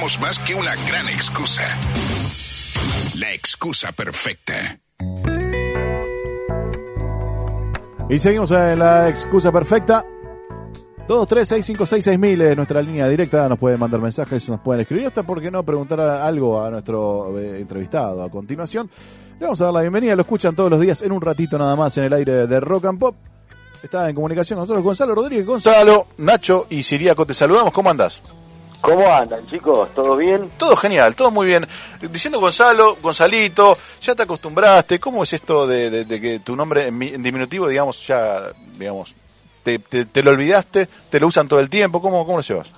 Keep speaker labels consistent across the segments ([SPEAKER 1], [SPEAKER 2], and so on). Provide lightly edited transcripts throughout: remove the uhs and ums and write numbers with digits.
[SPEAKER 1] somos más que una gran excusa. La excusa perfecta.
[SPEAKER 2] Y seguimos en la excusa perfecta. 236566000 es nuestra línea directa. Nos pueden mandar mensajes, nos pueden escribir, hasta por qué no preguntar algo a nuestro entrevistado. A continuación le vamos a dar la bienvenida. Lo escuchan todos los días en un ratito nada más en el aire de Rock and Pop. Está en comunicación con nosotros Gonzalo Rodríguez. Gonzalo, Nacho y Siriaco, te saludamos. ¿Cómo andás?
[SPEAKER 3] ¿Cómo andan, chicos? ¿Todo bien?
[SPEAKER 2] Todo genial, todo muy bien. Diciendo Gonzalo, Gonzalito, ¿ya te acostumbraste? ¿Cómo es esto de que tu nombre en diminutivo, digamos, ya, digamos, te lo olvidaste? ¿Te lo usan todo el tiempo? ¿Cómo lo llevas?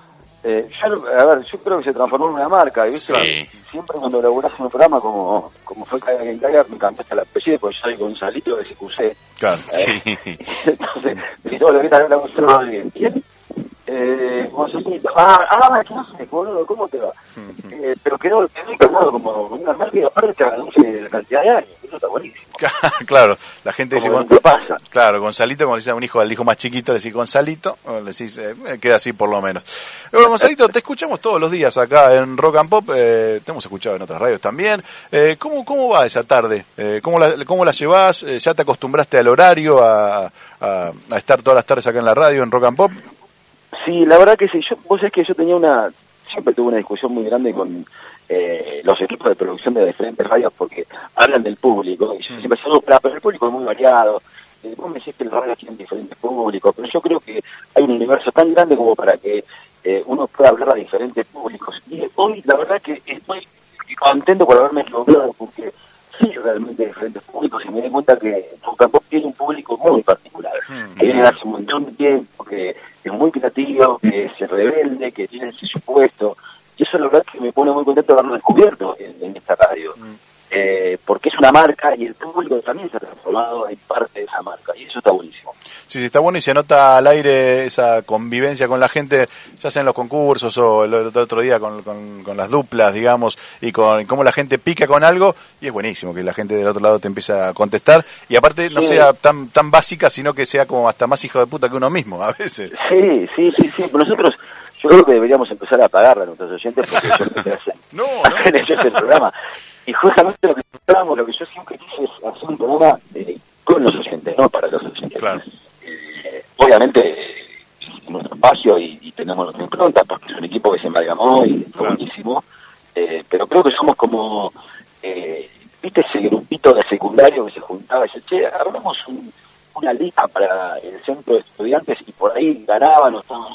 [SPEAKER 3] Yo creo que se transformó en una marca, ¿viste? Sí. Siempre cuando laburás en un programa como fue Caga en Caga, me cambiaste el apellido, porque yo soy Gonzalito de SQC.
[SPEAKER 2] Claro.
[SPEAKER 3] Sí. Entonces, y todo lo que está hablando Gonzalo Rodríguez. ¿Quién? Gonzalito. ¿Qué haces, boludo? ¿Cómo te va? Pero quedó calmado como una marca y aparte te reduce la cantidad de años. Eso está buenísimo.
[SPEAKER 2] Claro, la gente dice...
[SPEAKER 3] ¿Qué pasa?
[SPEAKER 2] Claro, Gonzalito, como le dice a un hijo, al hijo más chiquito, le decís Gonzalito, o le decís, queda así por lo menos. Bueno, Gonzalito, te escuchamos todos los días acá en Rock and Pop, te hemos escuchado en otras radios también. ¿Cómo va esa tarde? ¿Cómo la llevás? ¿Ya te acostumbraste al horario, a estar todas las tardes acá en la radio, en Rock and Pop?
[SPEAKER 3] Sí, la verdad que sí. Vos sabés que yo siempre tuve una discusión muy grande con los equipos de producción de diferentes radios porque hablan del público. Y yo siempre digo, pero el público es muy variado. Vos me decís que las radios tienen diferentes públicos, pero yo creo que hay un universo tan grande como para que uno pueda hablar a diferentes públicos. Y hoy, la verdad que estoy contento por haberme equivocado porque sí, realmente diferentes públicos, y me di cuenta que Rock and Pop tiene un público muy particular, que viene hace un montón de tiempo, que es muy creativo, que se rebelde, que tiene ese supuesto, y eso la verdad que me pone muy contento de haberlo descubierto en esta radio, porque es una marca y el público también se ha transformado en parte de esa marca, y eso está buenísimo.
[SPEAKER 2] Sí, está bueno y se nota al aire esa convivencia con la gente, ya sea en los concursos o el otro día con las duplas, digamos, y con cómo la gente pica con algo, y es buenísimo que la gente del otro lado te empieza a contestar, y aparte no sea tan básica, sino que sea como hasta más hijo de puta que uno mismo, a veces.
[SPEAKER 3] Sí, nosotros, yo creo que deberíamos empezar a pagarle a nuestros oyentes, porque ellos hacen ellos el programa, y justamente lo que yo siempre quise es hacer un programa con los oyentes, no para los oyentes.
[SPEAKER 2] Claro.
[SPEAKER 3] Obviamente nuestro espacio y tenemos nuestra impronta porque es un equipo que se amalgamó y es buenísimo, pero creo que somos como viste ese grupito de secundario que se juntaba y dice, che, armamos una liga para el centro de estudiantes y por ahí ganaban o estaban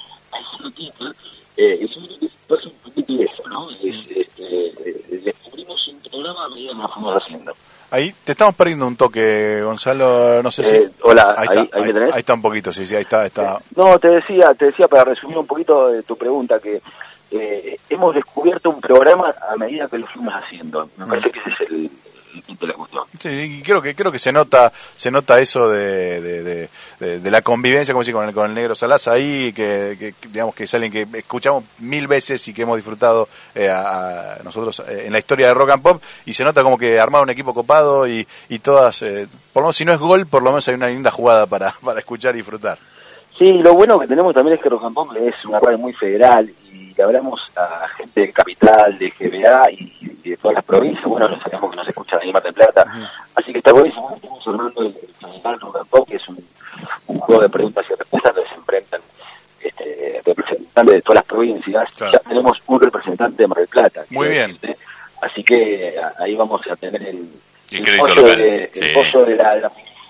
[SPEAKER 3] eso es un poquito de eso, ¿no? Descubrimos un programa a medida que nos fuimos haciendo.
[SPEAKER 2] Ahí te estamos perdiendo un toque, Gonzalo, no sé si...
[SPEAKER 3] Hola,
[SPEAKER 2] ahí
[SPEAKER 3] me tenés.
[SPEAKER 2] Ahí está un poquito, sí, ahí está.
[SPEAKER 3] No, te decía para resumir un poquito de tu pregunta, que hemos descubierto un programa a medida que lo fuimos haciendo. Me parece que ese es el punto de la cuestión.
[SPEAKER 2] Sí, creo que se nota eso de la convivencia, como decir, con el negro Salaz ahí, que digamos que es alguien que escuchamos 1000 veces y que hemos disfrutado a nosotros en la historia de Rock and Pop, y se nota como que armaron un equipo copado y todas, por lo menos si no es gol, por lo menos hay una linda jugada para escuchar y disfrutar.
[SPEAKER 3] Sí, lo bueno que tenemos también es que Rock and Pop es una radio muy federal y le hablamos a gente de Capital, de GBA y de todas las provincias. Bueno, no sabemos que nos escuchan ahí en Mar del Plata, así que está buenísimo. Estamos hablando del principal Rock and Pop, que es un juego de preguntas y respuestas donde se enfrentan representantes de todas las provincias. Claro. Ya tenemos un representante de Mar del Plata.
[SPEAKER 2] Muy bien.
[SPEAKER 3] Así que ahí vamos a tener el
[SPEAKER 4] crédito local.
[SPEAKER 3] El pollo de la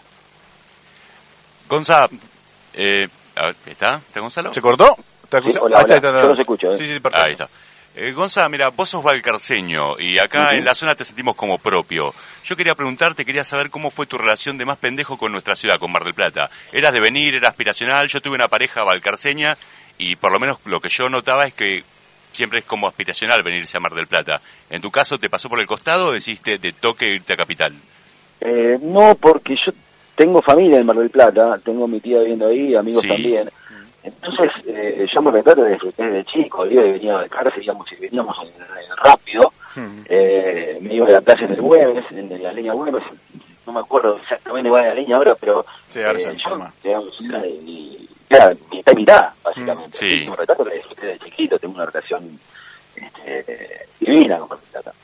[SPEAKER 4] Gonza, a ver, ¿está Gonzalo?
[SPEAKER 2] ¿Se cortó?
[SPEAKER 3] Sí, hola, yo los escucho.
[SPEAKER 2] Sí, perfecto.
[SPEAKER 4] Ahí está. Gonza, mira, vos sos valcarceño y acá en la zona te sentimos como propio. Yo quería preguntarte, quería saber cómo fue tu relación de más pendejo con nuestra ciudad, con Mar del Plata. ¿Eras de venir, era aspiracional? Yo tuve una pareja valcarceña y por lo menos lo que yo notaba es que siempre es como aspiracional venirse a Mar del Plata. ¿En tu caso te pasó por el costado o decidiste de toque irte a Capital?
[SPEAKER 3] No, porque yo tengo familia en Mar del Plata, tengo mi tía viviendo ahí, amigos también. Entonces, yo me recuerdo desde chico, yo venía de cárcel, veníamos en rápido, me iba de la playa en el Güemes, en la leña Güemes, no me acuerdo exactamente igual de la leña ahora, pero
[SPEAKER 2] era
[SPEAKER 3] mitad y mitad, básicamente. Sí. Un retrato que disfruté de chiquito, tengo una relación divina con Mar del Plata.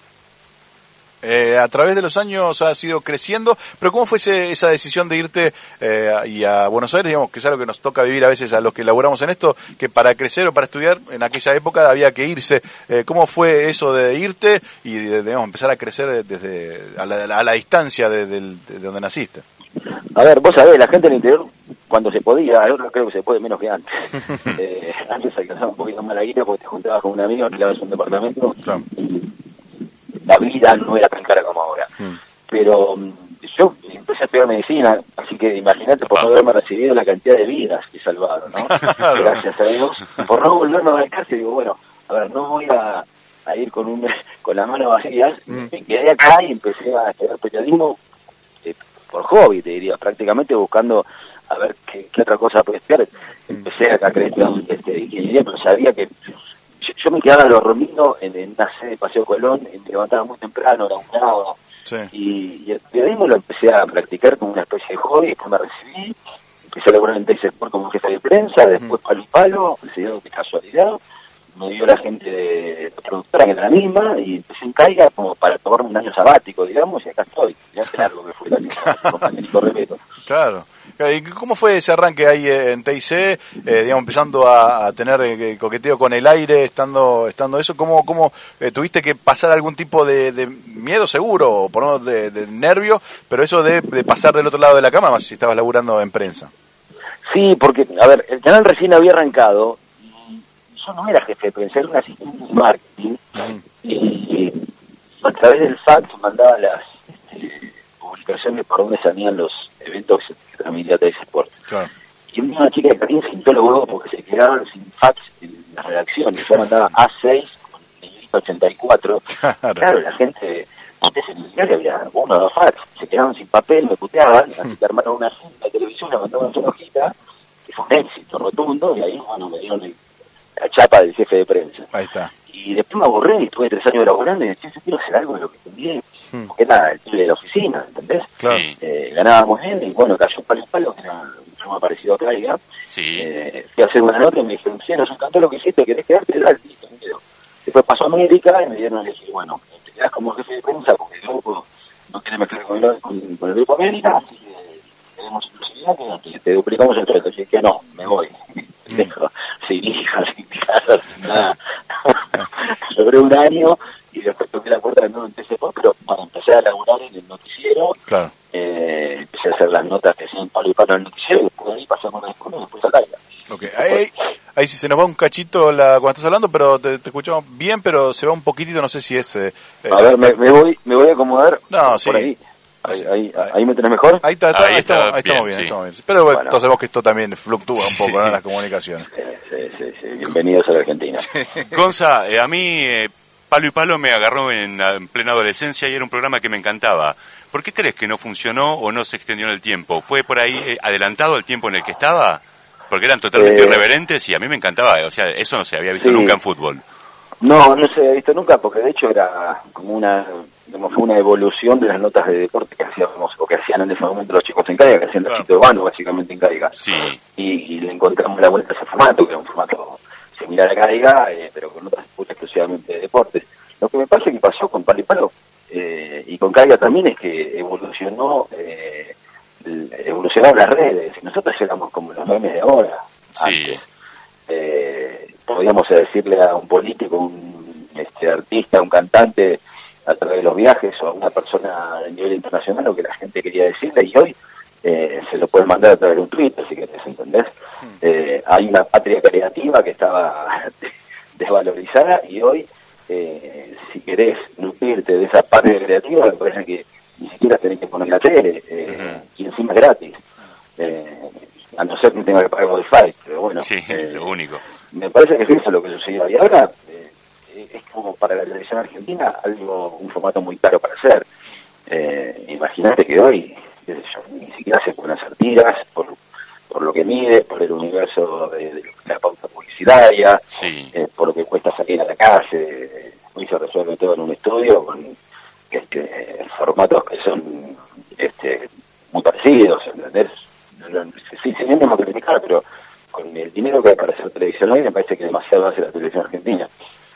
[SPEAKER 2] A través de los años has ido creciendo, pero ¿cómo fue esa decisión de irte y a Buenos Aires? Digamos que es algo que nos toca vivir a veces a los que laburamos en esto, que para crecer o para estudiar en aquella época había que irse. ¿Cómo fue eso de irte y digamos, empezar a crecer desde a la distancia de donde naciste?
[SPEAKER 3] A ver, vos sabés, la gente del interior, cuando se podía, ahora creo que se puede menos que antes. Antes alcanzaba un poquito más la guita porque te juntabas con un amigo, alquilabas un departamento,
[SPEAKER 2] Claro.
[SPEAKER 3] y la vida no era tan cara como ahora. Pero yo empecé a estudiar medicina, así que imagínate por no haberme recibido la cantidad de vidas que salvaron, ¿no? Gracias a Dios. Por no volverme a la cárcel, digo, bueno, a ver, no voy a ir con las manos vacías. Me quedé acá y empecé a estudiar periodismo por hobby, te diría, prácticamente buscando a ver qué otra cosa puede estudiar. Empecé a creer ingeniería, pero sabía que yo me quedaba dormido en una sede de Paseo Colón, me levantaba muy temprano, laburaba, y el periodismo lo empecé a practicar como una especie de hobby. Después me recibí, empecé a laburar en Teis Sport como jefe de prensa, después Palo y Palo, se dio de casualidad, me dio la gente de la productora que era la misma, y empecé en Caiga como para tomarme un año sabático, digamos, y acá estoy, ya hace largo que fue el año compañerito Repeto.
[SPEAKER 2] Claro. ¿Y cómo fue ese arranque ahí en TIC, digamos, empezando a tener coqueteo con el aire, estando eso? ¿Cómo tuviste que pasar algún tipo de miedo seguro, o por lo menos de nervio, pero eso de pasar del otro lado de la cama, más si estabas laburando en prensa?
[SPEAKER 3] Sí, porque, a ver, el canal recién había arrancado, y yo no era jefe de prensa, era un asistente de marketing, y a través del fax mandaba las publicaciones por donde salían los eventos que transmitía Teis Sport. Claro. Y una chica de Carín se pintó los huevos porque se quedaban sin fax en las redacciones. Yo mandaba A6 con negrita 84. Claro, la gente, antes en el diario había 1 o 2 fax, se quedaban sin papel, me puteaban, así que armaron una cinta de televisión, la mandaban en una hojita, que fue un éxito rotundo, y ahí, bueno, me dieron la chapa del jefe de prensa.
[SPEAKER 2] Ahí está.
[SPEAKER 3] Y después me aburrí, estuve 3 años laburando y decía, yo quiero hacer algo de lo que estudié, porque era el pibe de la oficina, ¿entendés?
[SPEAKER 2] Claro.
[SPEAKER 3] Ganábamos bien y bueno, cayó Palo y Palo, que era mucho más parecido a Caiga. Fui a hacer una nota y me dijeron, sí, nos encantó lo que hiciste, ¿querés quedarte? Listo, me quedo. Después pasó a América y me dieron a elegir, bueno, te quedás como jefe de prensa porque el grupo no quiere mezclar con el Grupo América, así que tenemos exclusividad, que te duplicamos el trato. Y dije, no, me voy. Dejo, sin hija, sin casa, sin nada. Logré un año y después toqué la puerta de nuevo en TCP, pero para empezar a laburar en el noticiero,
[SPEAKER 2] claro.
[SPEAKER 3] Empecé a hacer las notas que hacían Palo y Palo en el noticiero, y después de ahí pasamos a la escuela y después a Caiga.
[SPEAKER 2] Okay. Ahí sí se nos va un cachito cuando estás hablando, pero te escuchamos bien, pero se va un poquitito, no sé si es...
[SPEAKER 3] a ver, me voy a acomodar por
[SPEAKER 2] sí.
[SPEAKER 3] ahí. Ahí me tenés mejor.
[SPEAKER 2] Ahí estamos bien. Pero bueno, entonces sabemos que esto también fluctúa un poco, ¿no? En las comunicaciones.
[SPEAKER 3] Sí. Bienvenidos a la Argentina.
[SPEAKER 4] Gonza, a mí Palo y Palo me agarró en plena adolescencia y era un programa que me encantaba. ¿Por qué crees que no funcionó o no se extendió en el tiempo? ¿Fue por ahí adelantado el tiempo en el que estaba? Porque eran totalmente irreverentes y a mí me encantaba. O sea, eso no se había visto nunca en fútbol.
[SPEAKER 3] No se había visto nunca, porque de hecho era como fue una evolución de las notas de deporte que hacíamos, o que hacían en ese momento los chicos en Caiga, que hacían la de Vano básicamente en Caiga.
[SPEAKER 4] Sí.
[SPEAKER 3] Y le encontramos la vuelta a ese formato, que era un formato similar a Caiga, pero con notas exclusivamente de deportes. Lo que me parece que pasó con Palo y Palo, y con Caiga también, es que evolucionaron las redes. Nosotros éramos como los memes de ahora.
[SPEAKER 4] Sí.
[SPEAKER 3] Antes, podíamos decirle a un político, un artista, un cantante, a través de los viajes, o a una persona a nivel internacional, lo que la gente quería decirle, y hoy se lo pueden mandar a través de un Twitter, si querés, ¿entendés? Hay una patria creativa que estaba desvalorizada, y hoy, si querés nutrirte de esa patria creativa, me parece que ni siquiera tenés que poner la tele, y encima es gratis. A no ser que tenga que pagar Wi-Fi, pero bueno.
[SPEAKER 4] Sí, lo único.
[SPEAKER 3] Me parece que es eso lo que sucedió. Y ahora es como para la televisión argentina un formato muy caro para hacer. Imagínate que hoy, qué sé yo, ni siquiera se pueden hacer tiras por lo que mide, por el universo de la pauta publicitaria, por lo que cuesta salir a la calle. Hoy se resuelve todo en un estudio con formatos que son muy parecidos, ¿entendés? Sí, sin ánimo de criticar, pero con el dinero que hay para hacer televisión hoy, me parece que demasiado hace la televisión argentina.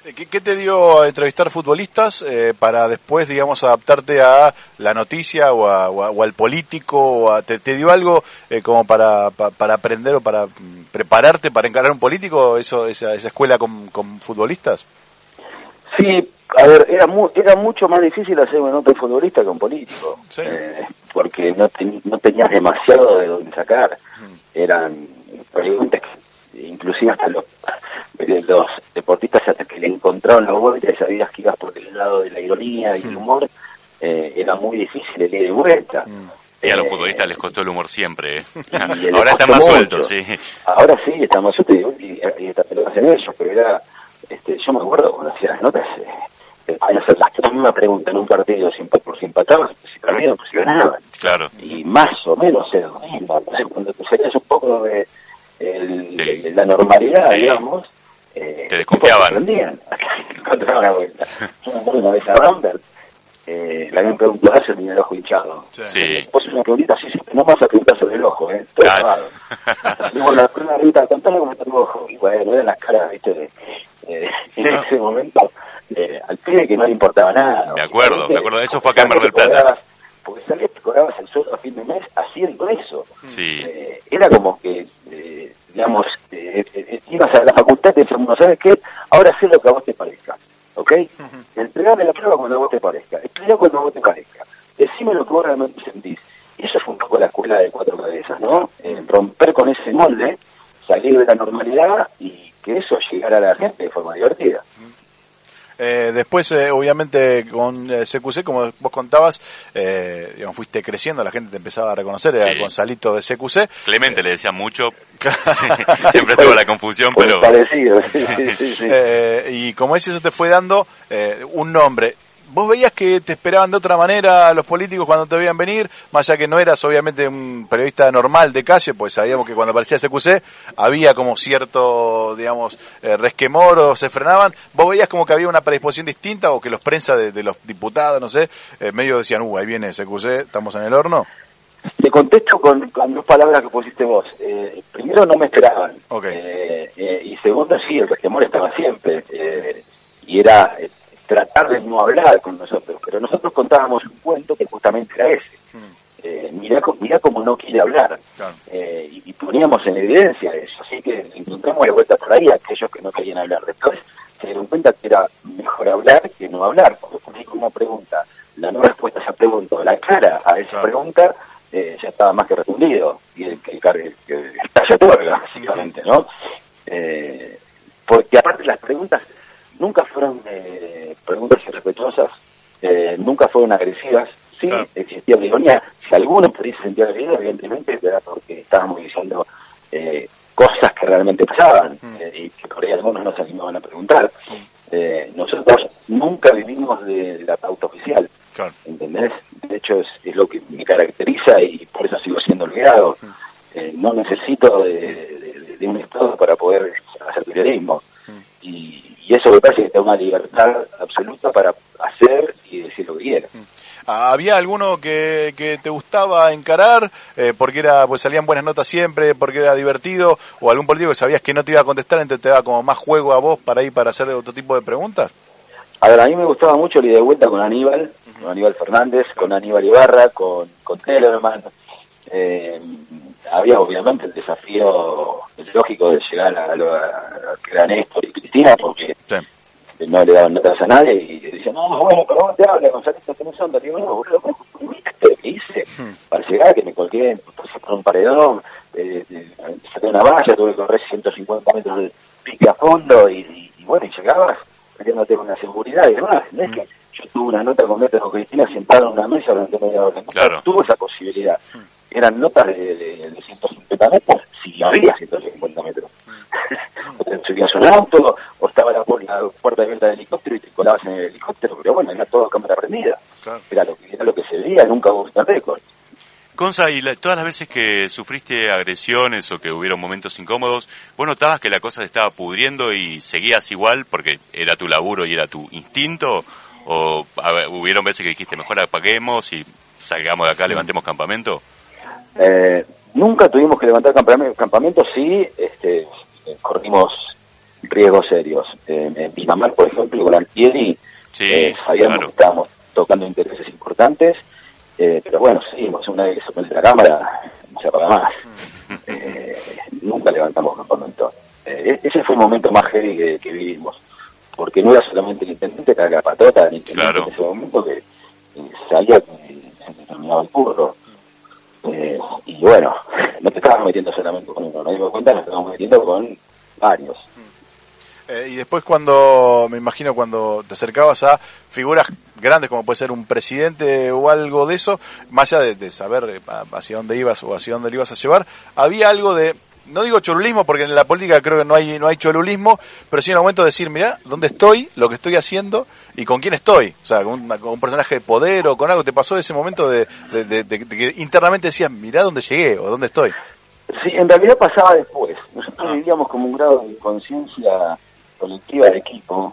[SPEAKER 2] ¿Qué te dio a entrevistar futbolistas para después, digamos, adaptarte a la noticia o al político? ¿Te dio algo como para aprender o para prepararte para encarar un político, esa escuela con futbolistas?
[SPEAKER 3] Sí, a ver, era mucho más difícil hacer una nota de futbolista que un político,
[SPEAKER 2] Sí.
[SPEAKER 3] Porque no tenías demasiado de dónde sacar. Eran preguntas que inclusive hasta los deportistas, hasta que le encontraron la vuelta y sabías que ibas por el lado de la ironía y el humor, era muy difícil el ida y vuelta.
[SPEAKER 4] Y a los futbolistas les costó el humor siempre, ¿eh?
[SPEAKER 3] Y
[SPEAKER 4] Ahora están más sueltos, sí.
[SPEAKER 3] Ahora sí, están más sueltos y lo hacen ellos, pero era, yo me acuerdo cuando hacía las notas, podían hacer la misma pregunta en un partido, si empataban, si perdían, si ganaban.
[SPEAKER 4] Claro.
[SPEAKER 3] Y más o menos era lo mismo. Entonces, cuando te salías un poco de la normalidad,
[SPEAKER 4] Sí.
[SPEAKER 3] digamos,
[SPEAKER 4] Te desconfiaban.
[SPEAKER 3] Aprendían. Encontraban la vuelta. Yo me acuerdo una vez a Rambert, le habían preguntado eso, tenía el ojo hinchado.
[SPEAKER 4] Sí.
[SPEAKER 3] Vos una preguntita así, no vas a preguntar sobre el ojo, todo
[SPEAKER 4] Claro.
[SPEAKER 3] cerrado. Digo, la primera pregunta, contame cómo está tu ojo. Y bueno, eran las caras, viste, en ese momento, al pibe que no le importaba nada.
[SPEAKER 4] Me acuerdo, eso fue acá en Mar del Plata.
[SPEAKER 3] Porque salías, te cobrabas el sueldo a fin de mes haciendo eso.
[SPEAKER 4] Sí.
[SPEAKER 3] Era como que, digamos, ibas a la facultad y te decían, ¿sabes qué? Ahora sé lo que a vos te parezca, ¿ok? Entregame la prueba cuando a vos te parezca, estudiá cuando a vos te parezca, decime lo que vos realmente sentís. Y eso fue un poco la escuela de Cuatro Cabezas, ¿no? Romper con ese molde, salir de la normalidad y que eso llegara a la gente de forma divertida.
[SPEAKER 2] Después, obviamente, con CQC, como vos contabas, digamos, fuiste creciendo, la gente te empezaba a reconocer, era
[SPEAKER 4] Sí.
[SPEAKER 2] Gonzalito de CQC.
[SPEAKER 4] Clemente le decía mucho. Sí, siempre tuvo la confusión,
[SPEAKER 3] Fue
[SPEAKER 4] pero...
[SPEAKER 3] parecido, sí.
[SPEAKER 2] Y como es, eso te fue dando un nombre. ¿Vos veías que te esperaban de otra manera los políticos cuando te veían venir? Más allá que no eras obviamente un periodista normal de calle, pues sabíamos que cuando aparecía CQC había como cierto, digamos, resquemor o se frenaban. ¿Vos veías como que había una predisposición distinta o que los prensa de los diputados, no sé, medio decían, ahí viene CQC, estamos en el horno?
[SPEAKER 3] Te contesto con dos palabras que pusiste vos. Primero, no me esperaban.
[SPEAKER 2] Okay.
[SPEAKER 3] Y segundo, sí, el resquemor estaba siempre. Y era tratar de no hablar con nosotros. Pero nosotros contábamos un cuento que justamente era ese. Mirá cómo no quiere hablar.
[SPEAKER 2] Claro.
[SPEAKER 3] Y poníamos en evidencia eso. Así que encontramos de vuelta por ahí a aquellos que no querían hablar. Después se dieron cuenta que era mejor hablar que no hablar. Porque como pregunta, la no respuesta a esa pregunta, o la cara a esa pregunta, ya estaba más que respondido, y el que estalla tuerga, básicamente, ¿no? Porque aparte las preguntas nunca fueron preguntas irrespetuosas, nunca fueron agresivas, sí,
[SPEAKER 2] claro.
[SPEAKER 3] Existía la ironía. Si alguno pudiese sentir agredido, evidentemente era porque estábamos diciendo cosas que realmente pasaban, y que por ahí algunos no se animaban a preguntar. Nosotros nunca vivimos de la pauta oficial.
[SPEAKER 2] Claro.
[SPEAKER 3] ¿Entendés? De hecho es lo que me caracteriza y por eso sigo siendo olvidado. No necesito de un Estado para poder hacer periodismo. Y eso me parece que da una libertad absoluta para hacer y decir lo que quiera.
[SPEAKER 2] ¿Había alguno que te gustaba encarar porque era, pues salían buenas notas siempre, porque era divertido, o algún político que sabías que no te iba a contestar, entonces te daba como más juego a vos para ir para hacer otro tipo de preguntas?
[SPEAKER 3] A ver, a mí me gustaba mucho el ida y vuelta con Aníbal Fernández, con Aníbal Ibarra, con Tellerman. Había obviamente el desafío lógico de llegar a que era Néstor y Cristina, porque no le daban notas a nadie y decían, no, bueno, pero vos te hablas, Gonzalito, tenés onda. Digo, no, boludo, ¿viste lo que hice? Para llegar, que me colgué por un paredón, saqué una valla, tuve que correr 150 metros de pique a fondo y bueno, y llegabas metiéndote con la seguridad y demás. No es que yo tuve una nota con Néstor o Cristina sentada en una mesa durante media hora.
[SPEAKER 4] Claro.
[SPEAKER 3] Tuvo esa posibilidad. Eran notas de 150 metros, si había 150 metros. O te subías a un auto, o estaba la puerta de venta del helicóptero y te colabas en el helicóptero, pero bueno, era todo cámara prendida. Claro. Era lo que se veía, nunca hubo un récord.
[SPEAKER 4] Gonza, y todas las veces que sufriste agresiones o que hubieron momentos incómodos, ¿vos notabas que la cosa se estaba pudriendo y seguías igual porque era tu laburo y era tu instinto? ¿O hubieron veces que dijiste, mejor apaguemos y salgamos de acá, levantemos campamento?
[SPEAKER 3] Nunca tuvimos que levantar campamento, sí, corrimos riesgos serios. En Pinamar, por ejemplo, con Altieri, sabíamos que estábamos tocando intereses importantes, pero bueno, seguimos, una vez que se prende la cámara, no se apaga más. Nunca levantamos campamento. Ese fue el momento más heavy que vivimos, porque no era solamente el intendente que era patota, el intendente en ese momento que sabía que se terminaba el curro. Y bueno, no te estabas metiendo solamente con uno, no me di cuenta, nos estábamos metiendo con varios.
[SPEAKER 2] Y después me imagino cuando te acercabas a figuras grandes como puede ser un presidente o algo de eso, más allá de saber hacia dónde ibas o hacia dónde lo ibas a llevar, había algo de, no digo cholulismo porque en la política creo que no hay cholulismo, pero sí en el momento de decir, mirá, dónde estoy, lo que estoy haciendo y con quién estoy, o sea, con un personaje de poder o con algo. ¿Te pasó ese momento de que internamente decías, mirá dónde llegué o dónde estoy?
[SPEAKER 3] Sí, en realidad pasaba después. Nosotros vivíamos como un grado de conciencia colectiva de equipo,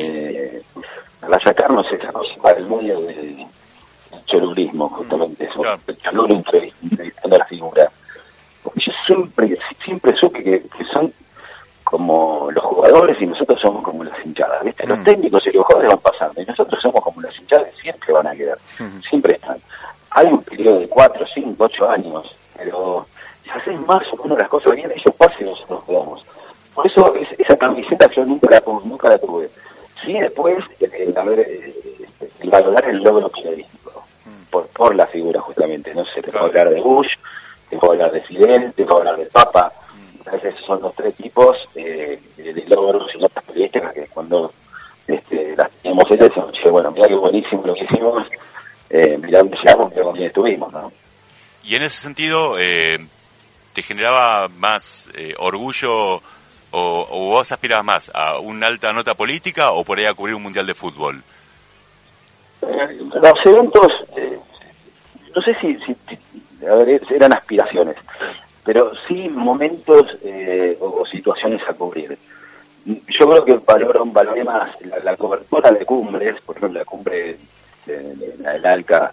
[SPEAKER 3] para sacarnos esa cosa para el medio del cholulismo, justamente eso, el cholulo entrevistando a la figura. Porque yo siempre supe que son como los jugadores y nosotros somos como las hinchadas, ¿viste? Los técnicos y los jugadores van pasando y nosotros somos como las hinchadas y siempre van a quedar, siempre están. Hay un periodo de 4, 5, 8 años, pero si haces más o menos las cosas bien, ellos pasan y nosotros quedamos. Por eso esa camiseta yo nunca la tuve. Sí, después el valorar el logro periodístico por la figura justamente. No sé, te puedo hablar de Bush, te puedo hablar de Fidel, te puedo hablar de Papa. Entonces esos son los tres tipos de logros y notas periodísticas que cuando las teníamos hechas decíamos, che, bueno, mirá qué buenísimo lo que hicimos, mirá dónde llegamos, mirá con quién estuvimos, ¿no?
[SPEAKER 4] Y en ese sentido, ¿te generaba más orgullo o vos aspirabas más a una alta nota política o por ahí a cubrir un mundial de fútbol?
[SPEAKER 3] Los eventos, no sé si eran aspiraciones, pero sí momentos o situaciones a cubrir. Yo creo que valoré más la cobertura de cumbres, por ejemplo la cumbre la del ALCA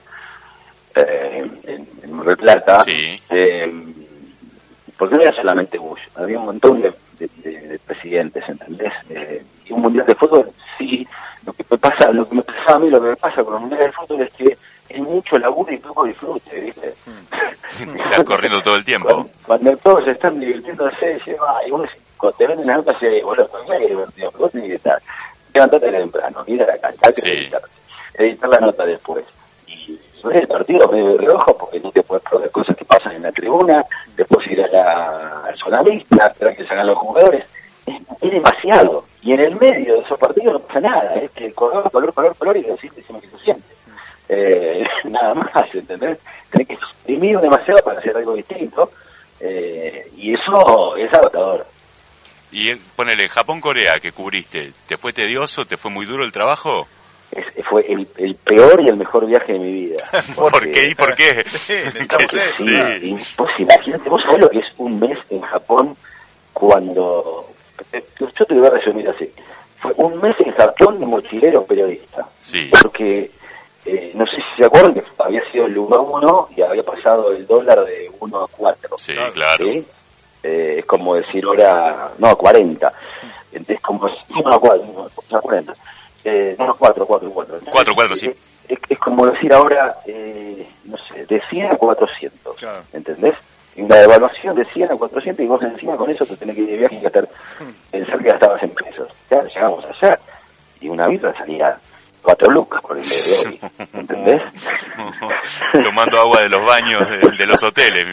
[SPEAKER 3] en Mar del Plata, porque no era solamente Bush, había un montón de presidentes, ¿entendés? Y un mundial de fútbol, sí, lo que me pasa a mí, lo que me pasa con los mundiales de fútbol es que es mucho laburo y poco disfrute, ¿viste?
[SPEAKER 4] Estás corriendo todo el tiempo.
[SPEAKER 3] Cuando todos están divirtiéndose, y vos cuando te venden la nota, bueno, pues es divertido, pero vos tenés que estar, levantate temprano, ir a la cancha, editar la nota después. Y ves el partido medio de reojo porque no te puedes probar cosas que pasan en la tribuna, después ir al sonalista, esperar que salgan los jugadores. Es demasiado. Y en el medio de esos partidos no pasa nada, es que color y decimos que se siente. Nada más, ¿entendés? Tenés que exprimir demasiado para hacer algo distinto, y eso es agotador.
[SPEAKER 4] Y ponele, Japón-Corea que cubriste, ¿te fue tedioso, te fue muy duro el trabajo?
[SPEAKER 3] Fue el peor y el mejor viaje de mi vida.
[SPEAKER 4] ¿Por qué y por qué?
[SPEAKER 3] Vos imagínate, vos sabés lo que es un mes en Japón cuando... Yo te lo voy a resumir así. Fue un mes en Japón de mochilero periodista.
[SPEAKER 4] Sí.
[SPEAKER 3] Porque, no sé si se acuerdan que había sido el 1 a 1 y había pasado el dólar de 1 a 4.
[SPEAKER 4] Sí, claro.
[SPEAKER 3] ¿Sí? Es como decir ahora, no, a 40. Entonces, como si 1 a 4, no a 40. No, 4.
[SPEAKER 4] 4, sí.
[SPEAKER 3] Es como decir ahora, no sé, de 100 a 400. Claro. ¿Entendés? Una devaluación de 100 a 400 y vos encima con eso te tenés que ir de viaje y gastar, pensar que gastabas en pesos. Ya llegamos allá y una birra salía 4 lucas por el día de hoy, ¿entendés?
[SPEAKER 4] Tomando agua de los baños de los hoteles.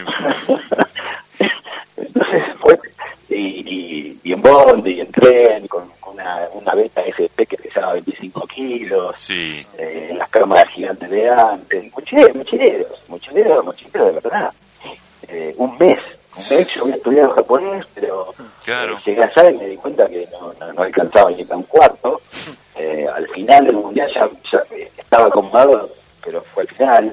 [SPEAKER 3] Entonces fue, y en bondi, y en tren, con una beta SP que pesaba 25 kilos,
[SPEAKER 4] sí.
[SPEAKER 3] En las cámaras gigantes de antes, mochileros de verdad. Un mes yo había estudiado japonés, pero
[SPEAKER 4] claro.
[SPEAKER 3] Llegué allá y me di cuenta que no alcanzaba ni a un cuarto. Al final del mundial ya estaba acomodado, pero fue al final.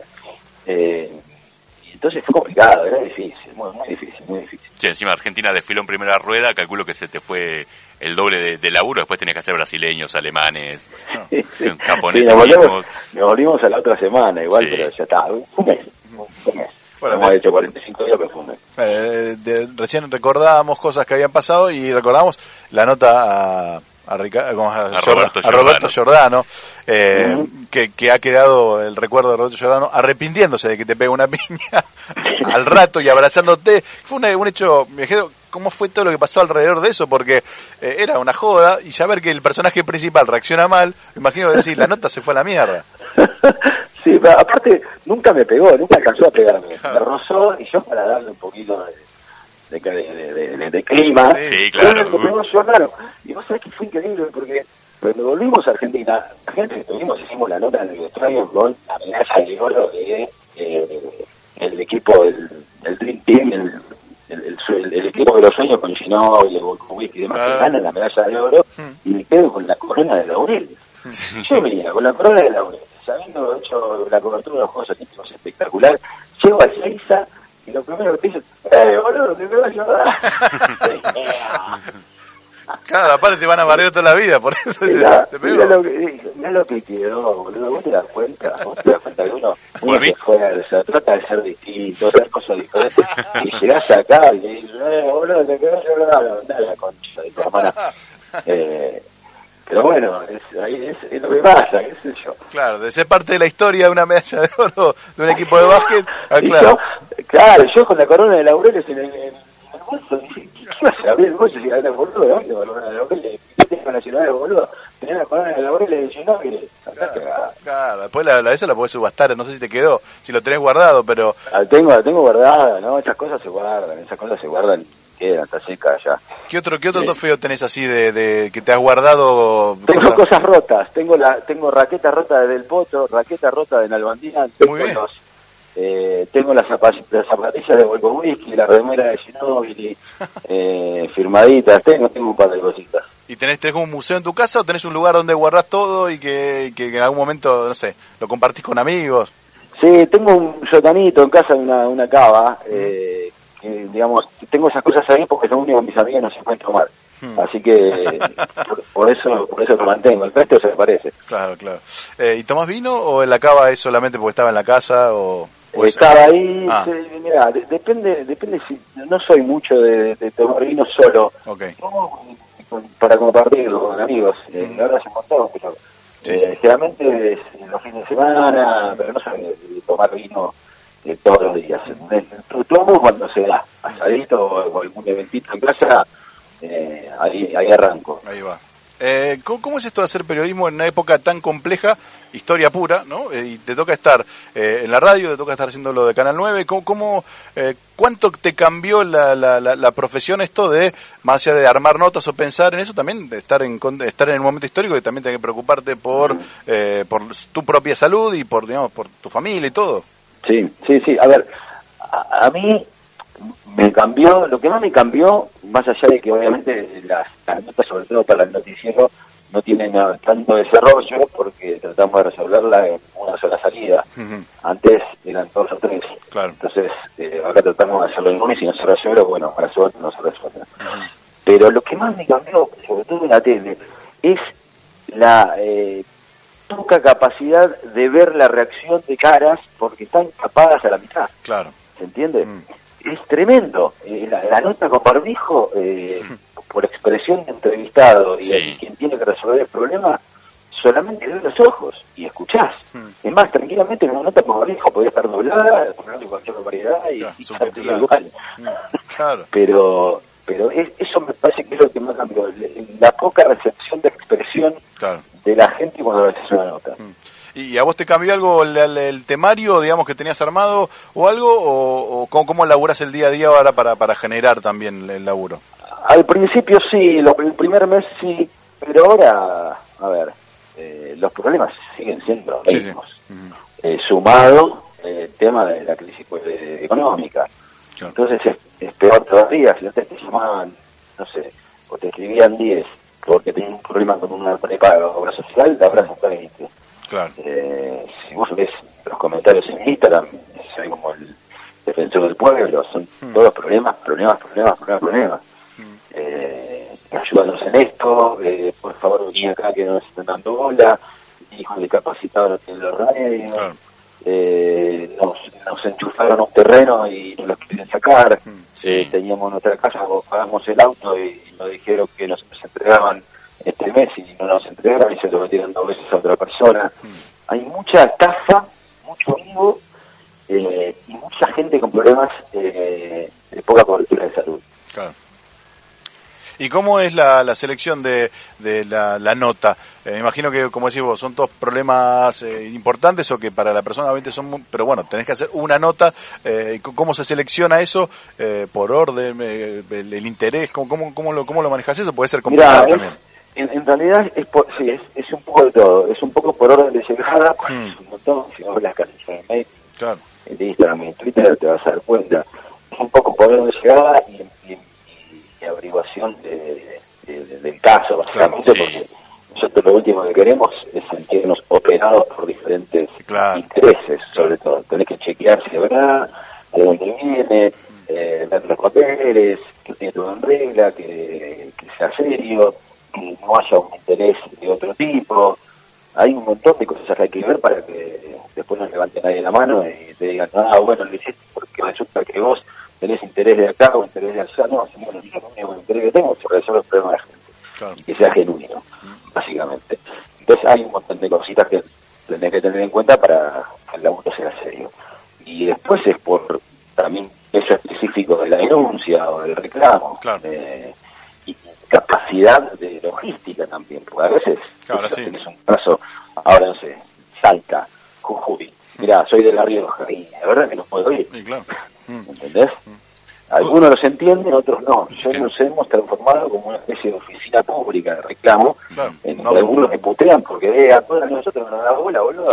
[SPEAKER 3] Y entonces fue complicado, era difícil, muy difícil.
[SPEAKER 4] Sí, encima Argentina desfiló en primera rueda, calculo que se te fue el doble de laburo, después tenías que hacer brasileños, alemanes, japoneses mismos.
[SPEAKER 3] Nos volvimos a la otra semana igual, sí. Pero ya está, un mes. Bueno, hemos hecho 45 días, pero fue un mes.
[SPEAKER 2] Recién recordábamos cosas que habían pasado y recordamos la nota a Roberto Giordano, que ha quedado el recuerdo de Roberto Giordano arrepintiéndose de que te pega una piña al rato y abrazándote. Fue un hecho, me quedo, ¿cómo fue todo lo que pasó alrededor de eso? Porque era una joda y ya ver que el personaje principal reacciona mal, me imagino decir, la nota se fue a la mierda.
[SPEAKER 3] Sí, pero aparte nunca me pegó, nunca alcanzó a pegarme. Claro. Me rozó y yo para darle un poquito de clima.
[SPEAKER 4] Sí, claro.
[SPEAKER 3] Me pegó Giordano. Y vos sabés que fue increíble porque cuando volvimos a Argentina, la gente que hicimos la nota en el vestuario con la medalla de oro de el equipo del Dream Team, el equipo de los sueños con Ginóbili, Volkovich y demás, que ganan la medalla de oro, y me quedo con la corona de laurel. Yo venía con la corona de laurel, sabiendo hecho la cobertura de los Juegos Olímpicos espectacular, llego a Ezeiza y lo primero que te dicen, boludo, te pegó Giordano.
[SPEAKER 2] Claro, aparte te van a barrer toda la vida, por eso te pegó.
[SPEAKER 3] Mirá lo que quedó, boludo, vos te das cuenta que uno se esfuerza, trata de ser distinto, hacer cosas diferentes, y llegás acá y dices, boludo, te pegó Giordano, andá la concha de tu hermana. Pero bueno, es lo que pasa, qué sé yo.
[SPEAKER 2] Claro, de ser parte de la historia de una medalla de oro de un equipo de básquet,
[SPEAKER 3] claro. Yo con la corona de laureles en el bolso, dije, ¿qué vas a abrir el bolso si ganas boludo? ¿De dónde corona de laureles? ¿Qué nacional, boludo? Tenés la corona de laureles de Ginóbili.
[SPEAKER 2] Claro, después esa la podés subastar, no sé si te quedó, si lo tenés guardado, pero...
[SPEAKER 3] La tengo guardada, ¿no? Esas cosas se guardan. Queda, está seca ya.
[SPEAKER 2] ¿Qué otro trofeo tenés así de que te has guardado?
[SPEAKER 3] Tengo cosas rotas, tengo raqueta rota de Del Potro, raqueta rota de Nalbandina, tengo las zapatillas de Volkovich, la remera de Ginóbili, firmaditas, tengo un par de cositas.
[SPEAKER 2] ¿Y tenés un museo en tu casa o tenés un lugar donde guardás todo y que en algún momento, no sé, lo compartís con amigos?
[SPEAKER 3] Sí, tengo un sotanito en casa, una cava, digamos, tengo esas cosas ahí porque son únicos mis amigos no se pueden tomar. Así que por eso lo mantengo, el resto se me parece.
[SPEAKER 2] Claro. ¿Y tomás vino o en la cava es solamente porque estaba en la casa o
[SPEAKER 3] estaba ahí? Mirá, depende si no soy mucho de tomar vino solo.
[SPEAKER 2] Okay.
[SPEAKER 3] Tomo para compartirlo con amigos, ahora se montó, pero generalmente es los fines de semana, pero no soy de tomar vino todos los días. Tomo cuando se da, asadito o algún eventito en casa, ahí arranco.
[SPEAKER 2] Ahí va. ¿Cómo es esto de hacer periodismo en una época tan compleja, historia pura, ¿no? Y te toca estar en la radio, te toca estar haciendo lo de Canal 9. ¿Cuánto te cambió la profesión esto de, más allá de armar notas o pensar en eso, también de estar en un momento histórico que también tenés que preocuparte por tu propia salud y por tu familia y todo?
[SPEAKER 3] Sí. A ver, a mí me cambió, lo que más me cambió, más allá de que obviamente las notas, sobre todo para el noticiero, no tienen tanto desarrollo porque tratamos de resolverla en una sola salida. Antes eran 2 o 3.
[SPEAKER 2] Claro.
[SPEAKER 3] Entonces, ahora tratamos de hacerlo el lunes y no se resuelve, bueno, para suerte no se resuelve. Pero lo que más me cambió, sobre todo en la tele, es la poca capacidad de ver la reacción de caras porque están tapadas a la mitad.
[SPEAKER 2] Claro.
[SPEAKER 3] ¿Se entiende? Es tremendo. La nota con barbijo, por expresión de entrevistado y quien tiene que resolver el problema, solamente ve los ojos y escuchás. Es más, tranquilamente en una nota con barbijo podría estar doblada, ponerle cualquier variedad y
[SPEAKER 2] subtitular.
[SPEAKER 3] Igual.
[SPEAKER 2] Claro.
[SPEAKER 3] Pero eso me parece que es lo que más cambió. La poca recepción de expresión de la gente cuando le haces una nota.
[SPEAKER 2] ¿Y a vos te cambió algo el temario, digamos, que tenías armado o algo? ¿O cómo laburás el día a día ahora para generar también el laburo?
[SPEAKER 3] Al principio sí, el primer mes sí, pero ahora, a ver, los siguen siendo los mismos. Sumado el tema de la crisis económica. Claro. Entonces es peor todavía. Si antes te llamaban, no sé, o te escribían 10 porque tenían un problema con una prepaga o obra social, ahora son 20.
[SPEAKER 2] Claro.
[SPEAKER 3] Si vos ves los comentarios en Instagram, soy como el defensor del pueblo, son todos problemas. Ayúdanos en esto, por favor vení acá que nos están dando bola, hijos discapacitados no tienen los radios,
[SPEAKER 2] claro.
[SPEAKER 3] Nos enchufaron un terreno y nos los quieren sacar. teníamos nuestra casa, pagamos el auto y nos dijeron que nos entregaban este mes y no nos entregaron y se lo metieron 2 veces a otra persona. Hay mucha estafa, mucho vivo y mucha gente con problemas de poca cobertura de salud.
[SPEAKER 2] Claro. ¿Y cómo es la selección de la nota? Me imagino que, como decís vos, son todos problemas importantes o que para la persona obviamente son pero bueno, tenés que hacer una nota. ¿Cómo se selecciona eso? ¿Por orden? ¿El interés? ¿Cómo lo manejas eso? Puede ser complicado también.
[SPEAKER 3] En realidad es un poco de todo. Es un poco por orden de llegada, un montón. Si no ves las casas en mail,
[SPEAKER 2] claro,
[SPEAKER 3] en Instagram y en Twitter te vas a dar cuenta. Es un poco por orden de llegada y averiguación del caso, básicamente, porque nosotros lo último que queremos es sentirnos operados por diferentes intereses, sobre todo. Tenés que chequear si de verdad, de dónde viene, ver los papeles, que tiene todo en regla, que sea serio, que no haya un interés de otro tipo. Hay un montón de cosas que hay que ver para que después no levante nadie la mano y te digan, bueno, lo hiciste porque resulta que vos tenés interés de acá o interés de allá. No, bueno, yo lo único interés que tengo es resolver los problemas de la gente. Claro. Y que sea genuino, básicamente. Entonces hay un montón de cositas que tenés que tener en cuenta para que el laburo sea serio. Y después es por también peso específico de la denuncia o del reclamo. Claro. Y capacidad de logística también, porque a veces tenés un caso, ahora no sé, Salta, Jujuy, mirá, soy de La Rioja y la verdad que no puedo ir. Sí, claro. ¿Entendés? Algunos los entienden, otros no. Nos hemos transformado como una especie de oficina pública de reclamo, en algunos me putean porque a todos nosotros nos da bola, boludo.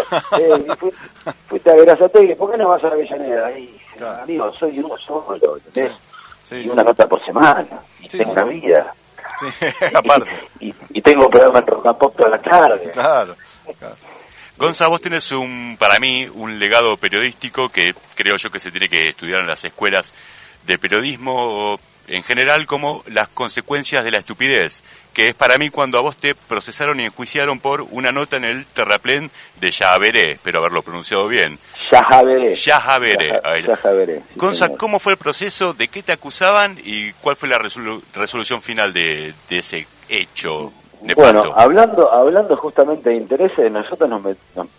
[SPEAKER 3] Fuiste a Verazategui, ¿por qué no vas a Avellaneda? Ahí, amigo, soy uno solo, ¿entendés? Y una nota por semana, y tengo una vida.
[SPEAKER 2] Sí, aparte.
[SPEAKER 3] Y tengo programas en Rock and Pop toda la tarde.
[SPEAKER 2] Claro.
[SPEAKER 4] Gonza, vos tenés para mí, un legado periodístico que creo yo que se tiene que estudiar en las escuelas de periodismo en general, como las consecuencias de la estupidez, que es para mí cuando a vos te procesaron y enjuiciaron por una nota en el terraplén de Yahaveré, espero haberlo pronunciado bien. Yahaveré. Gonza, ¿cómo fue el proceso? ¿De qué te acusaban? ¿Y cuál fue la resolución final de ese hecho?
[SPEAKER 3] Bueno, hablando justamente de intereses, nosotros voy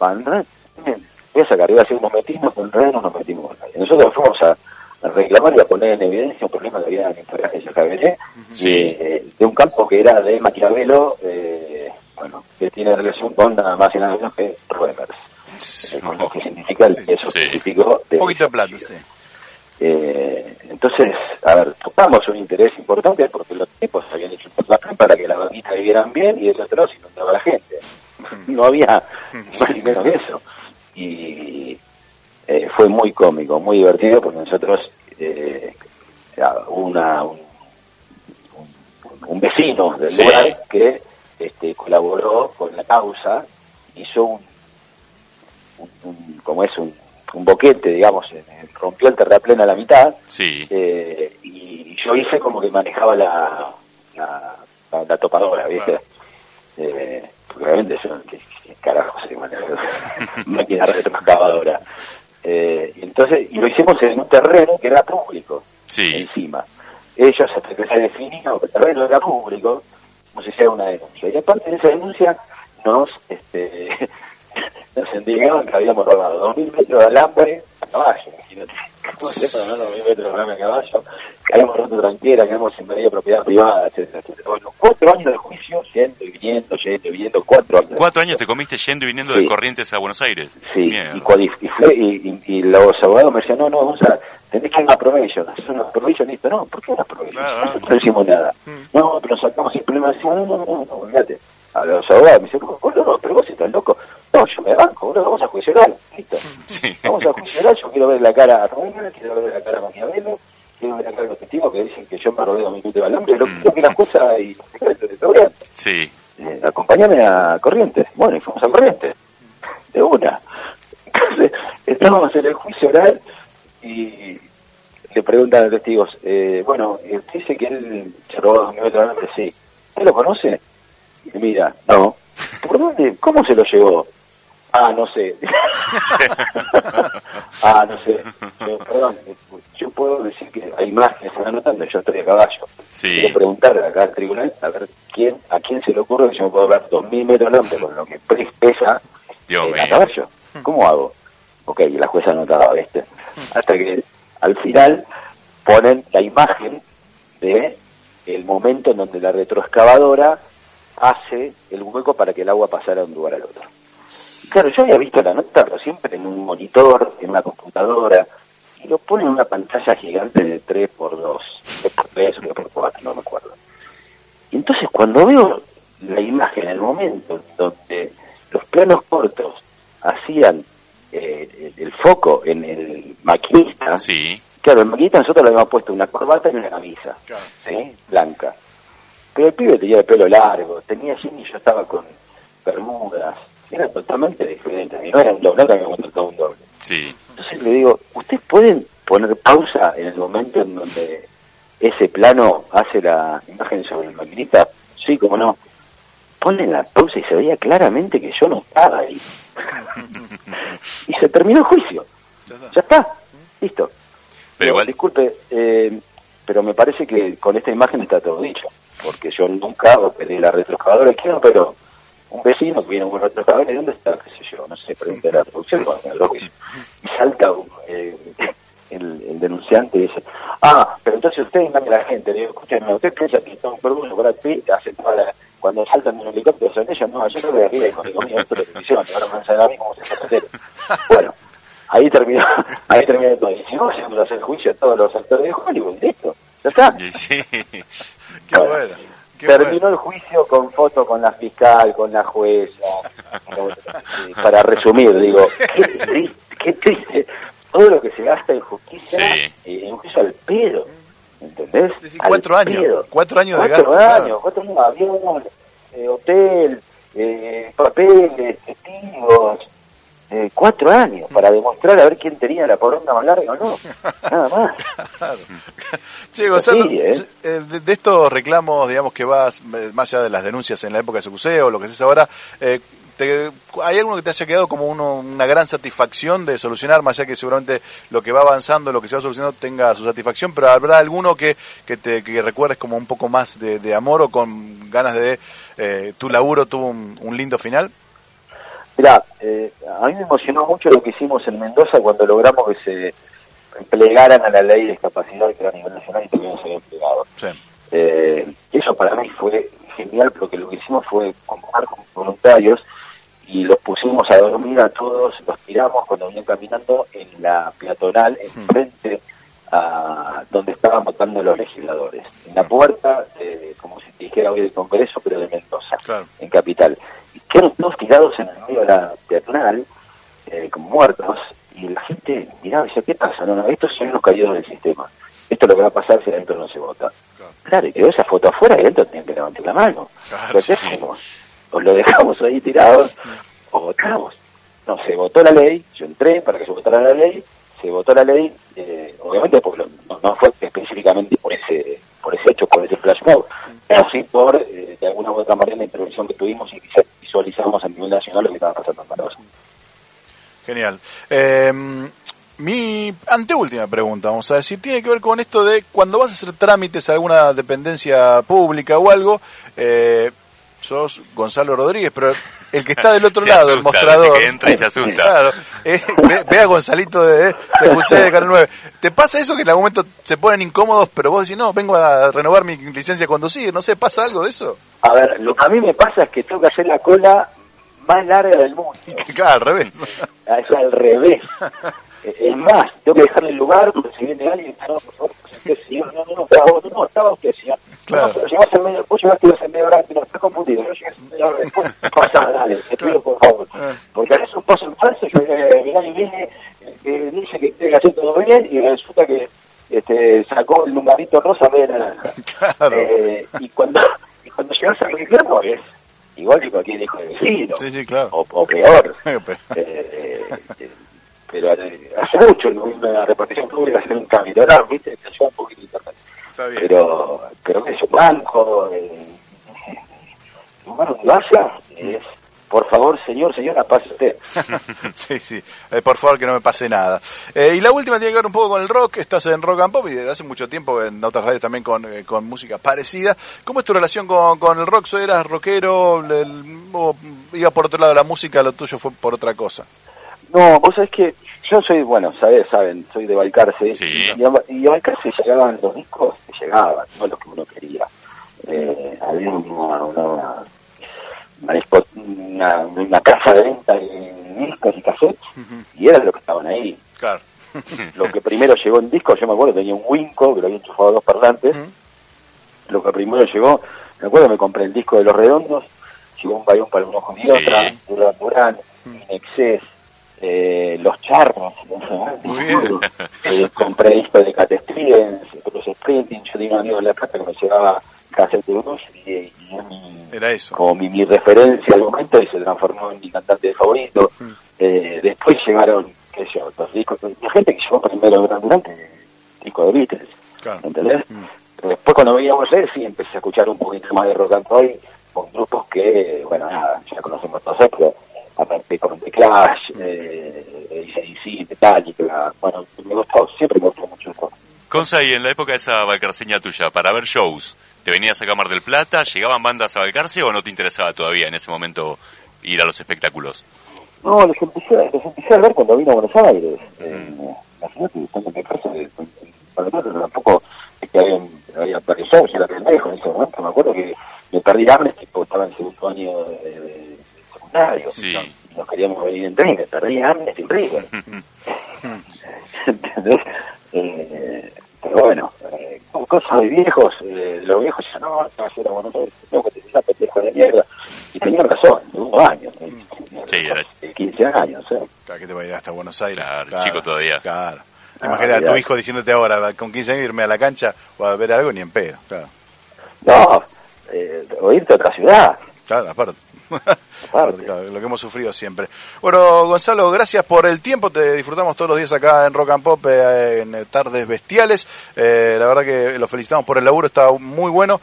[SPEAKER 3] a sacar, iba a decir, nos metimos con redes, no nos metimos con nadie. Nosotros fuimos a reclamar y a poner en evidencia un problema que había en el paraje de Yahaveré, de un campo que era de Maquiavelo, que tiene relación con nada más y nada menos que Reimers, con lo que significa el peso científico de...
[SPEAKER 2] Un poquito de plata, sí.
[SPEAKER 3] Entonces, a ver, tocamos un interés importante porque los tipos habían hecho un plan para que las vaquitas vivieran bien y del otro lado se inundaba la gente. No había más ni menos que eso. Y fue muy cómico, muy divertido porque nosotros, un vecino del lugar que colaboró con la causa, hizo un boquete, digamos, rompió el terraplén a la mitad, y yo hice como que manejaba la topadora, ¿viste? Porque realmente eso, ¿qué carajo se maneja? Máquina retroexcavadora. Entonces, y lo hicimos en un terreno que era público, encima. Ellos, hasta que se definió que el terreno era público, nos hicieron una denuncia. Y aparte de esa denuncia, nos indicaban que habíamos robado 2.000 metros de alambre a caballo, imagínate. ¿Cómo se llama? 2.000 metros de alambre a caballo, que habíamos roto tranquera, que habíamos invadido propiedad privada, etcétera, etcétera. Bueno, 4 años de juicio, yendo y viniendo, 4 años.
[SPEAKER 4] 4 años te comiste yendo y viniendo de Corrientes a Buenos Aires.
[SPEAKER 3] Sí, y los abogados me decían, no, vamos a, tenés que ir a una probation, haces una probation, listo, no, ¿por qué una probation? Nosotros no hicimos nada. No, pero sacamos el problema, decimos, no, olvídate. A los abogados me dicen, no, pero vos estás loco. No, yo me banco, vamos a juicio oral, listo. Vamos a juicio oral, yo quiero ver la cara a Reiner, quiero ver la cara a Maquiavelo, quiero ver la cara a los testigos que dicen que yo me robé 2.000 metros de alambre, lo quiero que las cosas y los secretos de Corrientes. Acompáñame a Corrientes. Bueno, y fuimos a Corrientes. De una. Entonces, estábamos en el juicio oral y le preguntan a los testigos, usted dice que él se robó 2.000 metros de alambre, sí. ¿Usted lo conoce? Y mira, no. ¿Por dónde? ¿Cómo se lo llevó? No sé. No sé. Perdón, yo puedo decir que hay imágenes, se van anotando, yo estoy a caballo.
[SPEAKER 4] Sí.
[SPEAKER 3] Quiero preguntar acá al tribunal a ver a quién se le ocurre que yo me puedo ver 2000 metros de hombre con lo que pesa a caballo. ¿Cómo hago? Ok, y la jueza anotaba, ¿viste? Hasta que al final ponen la imagen de el momento en donde la retroexcavadora hace el hueco para que el agua pasara de un lugar al otro. Claro, yo había visto la nota, pero siempre en un monitor, en una computadora, y lo ponen en una pantalla gigante de 3x2, 3x3 o 3x4, no me acuerdo. Y entonces cuando veo la imagen, el momento donde los planos cortos hacían el foco en el maquinista,
[SPEAKER 4] sí.
[SPEAKER 3] Claro, el maquinista nosotros le habíamos puesto una corbata y una camisa, claro, ¿sí? Blanca. Pero el pibe tenía el pelo largo, tenía jean y yo estaba con bermudas. Era totalmente diferente. No era un doble, no habíamos contratado un doble.
[SPEAKER 4] Sí.
[SPEAKER 3] Entonces le digo, ¿ustedes pueden poner pausa en el momento en donde ese plano hace la imagen sobre el maquinista? Sí, como no. Ponen la pausa y se veía claramente que yo no estaba ahí. Y se terminó el juicio. Ya está. Listo.
[SPEAKER 4] Pero igual...
[SPEAKER 3] Disculpe, pero me parece que con esta imagen está todo dicho. Porque yo nunca operé la retroexcavadora izquierda, pero un vecino que viene con un retroexcavador, ¿y dónde está? ¿Qué sé yo? No sé, pregunté a la producción, y salta el denunciante y dice, pero entonces usted engaña a la gente. Le digo, escúchame, ¿usted piensa que está un permiso para ti? Cuando saltan de un helicóptero son ellos? No, yo no voy arriba y con esto de televisión, y ahora me van a saber a mí cómo se hace. Bueno, ahí terminó todo. Y si no, vamos a hacer juicio a todos los actores de Hollywood, listo, ya está.
[SPEAKER 4] Sí.
[SPEAKER 2] Qué bueno.
[SPEAKER 3] Terminó el juicio con foto con la fiscal, con la jueza. Para resumir, digo, qué triste todo lo que se gasta en justicia, en juicio al pedo, ¿entendés?
[SPEAKER 2] Sí, 4 años.
[SPEAKER 3] Pedo.
[SPEAKER 2] 4 años de
[SPEAKER 3] gasto. 4 años, avión, hotel, papeles, testigos. 4 años para demostrar a ver quién tenía la poronga más larga o no. Nada más.
[SPEAKER 2] Claro. Che, Gonzalo, de estos reclamos, digamos, que vas más allá de las denuncias en la época de CQC o lo que es ahora, ¿hay alguno que te haya quedado como una gran satisfacción de solucionar, más allá que seguramente lo que va avanzando, lo que se va solucionando tenga su satisfacción, pero habrá alguno que recuerdes como un poco más de amor o con ganas de tu laburo tuvo un lindo final?
[SPEAKER 3] Mirá, a mí me emocionó mucho lo que hicimos en Mendoza cuando logramos que se plegaran a la ley de discapacidad que era a nivel nacional y también se había plegado. Sí. Eso para mí fue genial porque lo que hicimos fue convocar con voluntarios y los pusimos a dormir a todos, los tiramos cuando venían caminando en la peatonal enfrente a donde estaban votando los legisladores, en la puerta, como si dijera hoy del Congreso, pero de Mendoza, claro, en Capital. Y quedaron todos tirados en el medio de la peatonal, como muertos, y la gente miraba y decía, ¿qué pasa? No, estos son los caídos del sistema. Esto es lo que va a pasar si adentro no se vota. Claro, y quedó esa foto afuera y adentro tenían que levantar la mano. Claro, ¿qué hacemos? ¿O lo dejamos ahí tirados o votamos? No, se votó la ley, yo entré para que se votara la ley, se votó la ley, obviamente porque no fue específicamente por ese hecho, por ese flash mob, pero sí por, de alguna u otra manera, la intervención que tuvimos y que visualizamos a nivel nacional lo que estaba pasando en Mendoza.
[SPEAKER 2] Genial. Mi anteúltima pregunta, vamos a decir, tiene que ver con esto de cuando vas a hacer trámites a alguna dependencia pública o algo, sos Gonzalo Rodríguez, pero el que está del otro lado del mostrador,
[SPEAKER 4] que entra y se asusta.
[SPEAKER 2] Claro, ve a Gonzalito de CQC de Canal 9. ¿Te pasa eso que en algún momento se ponen incómodos, pero vos decís, no, vengo a renovar mi licencia a conducir? No sé, ¿pasa algo de eso?
[SPEAKER 3] A ver, lo que a mí me pasa es que tengo que hacer la cola más larga del mundo.
[SPEAKER 2] Claro, al revés.
[SPEAKER 3] Es al revés. Es más, tengo que dejarle el lugar, porque si viene alguien, no, por favor, señor, no, estaba usted, señor.
[SPEAKER 2] Claro.
[SPEAKER 3] No, pero llegaste en medio, vos llegaste en medio hora, no, estás confundido, yo llegué en medio hora después, pasa, dale, te pido por favor. Porque a veces un paso en falso, yo mirá y viene, dice que tiene que hacer todo bien, y resulta que sacó el numerito rosa en vez de naranja. Claro. Y cuando llegas al reclamo es igual que cualquier hijo de vecino.
[SPEAKER 2] Sí, claro.
[SPEAKER 3] O peor. Pero hace mucho la repartición pública hacer un cambio, ¿verdad? ¿Viste? Te ayuda un poquito internet.
[SPEAKER 2] Está bien.
[SPEAKER 3] Pero que es un banco, lugar donde vaya es por favor, señora, pase usted.
[SPEAKER 2] Sí, por favor que no me pase nada. Y la última tiene que ver un poco con el rock. Estás en Rock and Pop y desde hace mucho tiempo en otras radios también con música parecida. ¿Cómo es tu relación con el rock? ¿Eras rockero o iba por otro lado la música, lo tuyo fue por otra cosa?
[SPEAKER 3] No, vos sabés que yo soy, bueno, saben, soy de Balcarce.
[SPEAKER 4] Sí.
[SPEAKER 3] Y a Balcarce llegaban los discos, llegaban, no los que uno quería. Había una casa de venta de discos y cassettes, y era lo que estaban ahí.
[SPEAKER 2] Claro.
[SPEAKER 3] Lo que primero llegó en disco, yo me acuerdo, tenía un Winco, que lo había enchufado a 2 parlantes. Lo que primero llegó, me acuerdo, me compré el disco de Los Redondos, llegó un Bayón para un ojo y otra, Durán, Inexcess, Los Charros,
[SPEAKER 2] muy bien.
[SPEAKER 3] compré disco de Cat Stevens, los Sprinting, yo tenía un amigo en La Plata que me llevaba cassette de Bruce y
[SPEAKER 2] era eso.
[SPEAKER 3] Como mi referencia al momento, y se transformó en mi cantante favorito. Después llegaron, qué sé yo, los discos, la gente que llegó primero durante el disco de Beatles,
[SPEAKER 2] claro.
[SPEAKER 3] ¿Entendés? Pero después cuando veíamos eso, sí empecé a escuchar un poquito más de rock and roll con grupos que, bueno, nada, ya conocemos todos, pero aparte con The Clash, AC/DC, Metallica, bueno, siempre me gustó mucho el rock.
[SPEAKER 4] Gonza, y en la época de esa valcarceña tuya, para ver shows, ¿te venías a Mar del Plata? ¿Llegaban bandas a Balcarce o no te interesaba todavía en ese momento ir a los espectáculos?
[SPEAKER 3] No, los empecé a ver cuando vino a Buenos Aires. Imagínate, cuando me casé, para nosotros tampoco es que había varios shows, era pendejo en ese momento. Me acuerdo que me perdí Amnesty porque estaba en segundo año de secundario.
[SPEAKER 4] Sí.
[SPEAKER 3] Y nos queríamos venir en tren, me perdí Amnesty en River. ¿Entendés? Pero bueno, cosas de viejos, los viejos ya no, va a ser a Buenos Aires, tengo que te pendejo de mierda. Y tenían razón, de unos años.
[SPEAKER 4] Sí, era
[SPEAKER 3] 15 años,
[SPEAKER 2] Claro, que te va a ir hasta Buenos Aires.
[SPEAKER 4] Claro, chico todavía.
[SPEAKER 2] Claro. Imagínate a tu hijo diciéndote ahora, con 15 años, irme a la cancha o a ver algo, ni en pedo. Claro.
[SPEAKER 3] No, o irte a otra ciudad.
[SPEAKER 2] Claro, aparte. Claro, lo que hemos sufrido siempre. Bueno, Gonzalo, gracias por el tiempo. Te disfrutamos todos los días acá en Rock and Pop, en Tardes Bestiales. La verdad que los felicitamos por el laburo, está muy bueno.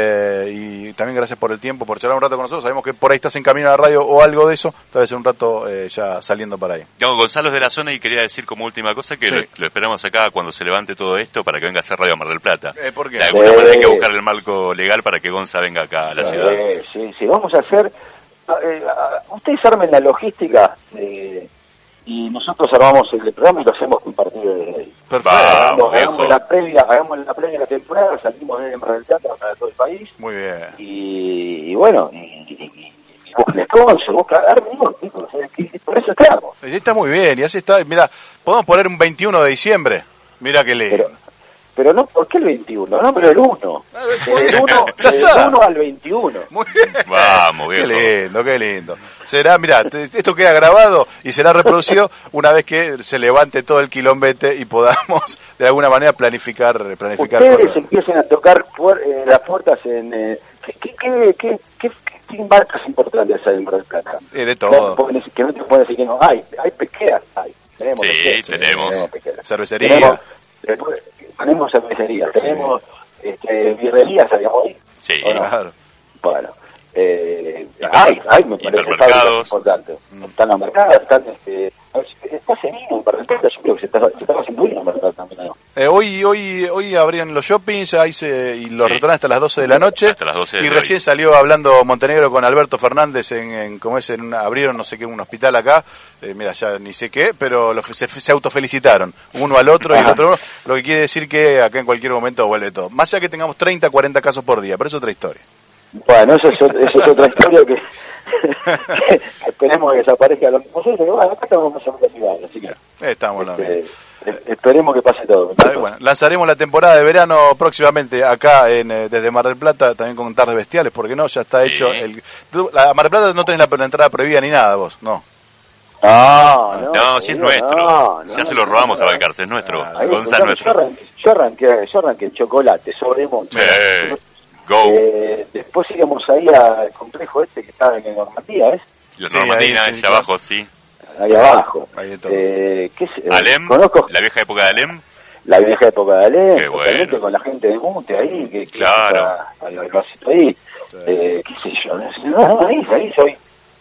[SPEAKER 2] Y también gracias por el tiempo, por charlar un rato con nosotros. Sabemos que por ahí estás en camino a la radio o algo de eso. Tal vez en un rato ya saliendo para ahí.
[SPEAKER 4] No, Gonzalo es de la zona y quería decir como última cosa que
[SPEAKER 2] sí.
[SPEAKER 4] lo esperamos acá cuando se levante todo esto para que venga a hacer radio a Mar del Plata.
[SPEAKER 2] ¿Por qué?
[SPEAKER 4] De alguna manera hay que buscar el marco legal para que Gonza venga acá a la ciudad.
[SPEAKER 3] Sí, vamos a hacer... ustedes armen la logística y nosotros armamos el programa y lo hacemos compartido desde ahí.
[SPEAKER 2] Perfecto.
[SPEAKER 3] Hagamos la previa de la temporada, salimos de Mar del Plata para todo el país.
[SPEAKER 2] Muy bien.
[SPEAKER 3] Y bueno, y busquen sponsor, busquen armemos, por eso estamos.
[SPEAKER 2] Está muy bien, y así está. Mira, podemos poner un 21 de diciembre. Mira qué lindo.
[SPEAKER 3] Pero no, ¿por qué el 21? No, pero el 1. Del 1 al 21.
[SPEAKER 2] Muy bien.
[SPEAKER 4] Vamos, viejo.
[SPEAKER 2] Qué lindo. Será, mirá, esto queda grabado y será reproducido una vez que se levante todo el quilombete y podamos de alguna manera planificar
[SPEAKER 3] Ustedes
[SPEAKER 2] cosas.
[SPEAKER 3] empiecen a tocar las puertas en... ¿Qué marcas importantes hay en Mar del Plata?
[SPEAKER 2] De todo.
[SPEAKER 3] Que no te pueden decir que no. Hay pesqueras. Tenemos pesqueras.
[SPEAKER 4] Tenemos.
[SPEAKER 2] Cervecería.
[SPEAKER 3] Tenemos cervecerías, tenemos birrerías, ¿sabíamos ahí?
[SPEAKER 4] Sí.
[SPEAKER 2] Claro.
[SPEAKER 3] Bueno, me parece
[SPEAKER 4] hipermercados.
[SPEAKER 3] importante. Están los mercados, está haciendo vino, Mar del Plata, yo creo que se está haciendo vino en Mar del Plata también, ¿no?
[SPEAKER 2] Hoy abrían los shoppings y los restaurantes hasta las 12 de la noche.
[SPEAKER 4] Hasta las 12 de
[SPEAKER 2] y
[SPEAKER 4] hoy.
[SPEAKER 2] recién salió hablando Montenegro con Alberto Fernández abrieron no sé qué, un hospital acá. Mira, ya ni sé qué, pero se autofelicitaron uno al otro y el otro, lo que quiere decir que acá en cualquier momento vuelve todo. Más allá que tengamos 30, 40 casos por día, pero es otra historia.
[SPEAKER 3] Bueno, eso es otra historia que esperemos que desaparezca. Nosotros acá estamos más o menos igual, así que
[SPEAKER 2] estamos
[SPEAKER 3] esperemos que pase todo.
[SPEAKER 2] Bueno, lanzaremos la temporada de verano próximamente acá desde Mar del Plata, también con Tardes Bestiales, porque no, ya está hecho. Mar del Plata no tenés la entrada prohibida ni nada vos, ¿no?
[SPEAKER 4] No, si es nuestro. Ya se lo robamos a Balcarce, es nuestro. Gonza es nuestro.
[SPEAKER 3] Yo arranqué el chocolate, Sobremonte. Después íbamos ahí al complejo que está en Normandía, ¿ves?
[SPEAKER 4] La Normandina, allá abajo, sí.
[SPEAKER 3] Ahí abajo.
[SPEAKER 2] Ahí está.
[SPEAKER 4] Alem,
[SPEAKER 3] conozco
[SPEAKER 4] la vieja época de Alem.
[SPEAKER 3] La vieja época de Alem,
[SPEAKER 4] Qué bueno.
[SPEAKER 3] Con la gente de Mute ahí, que
[SPEAKER 4] claro.
[SPEAKER 3] al vasito ahí. Qué sé yo, ahí soy.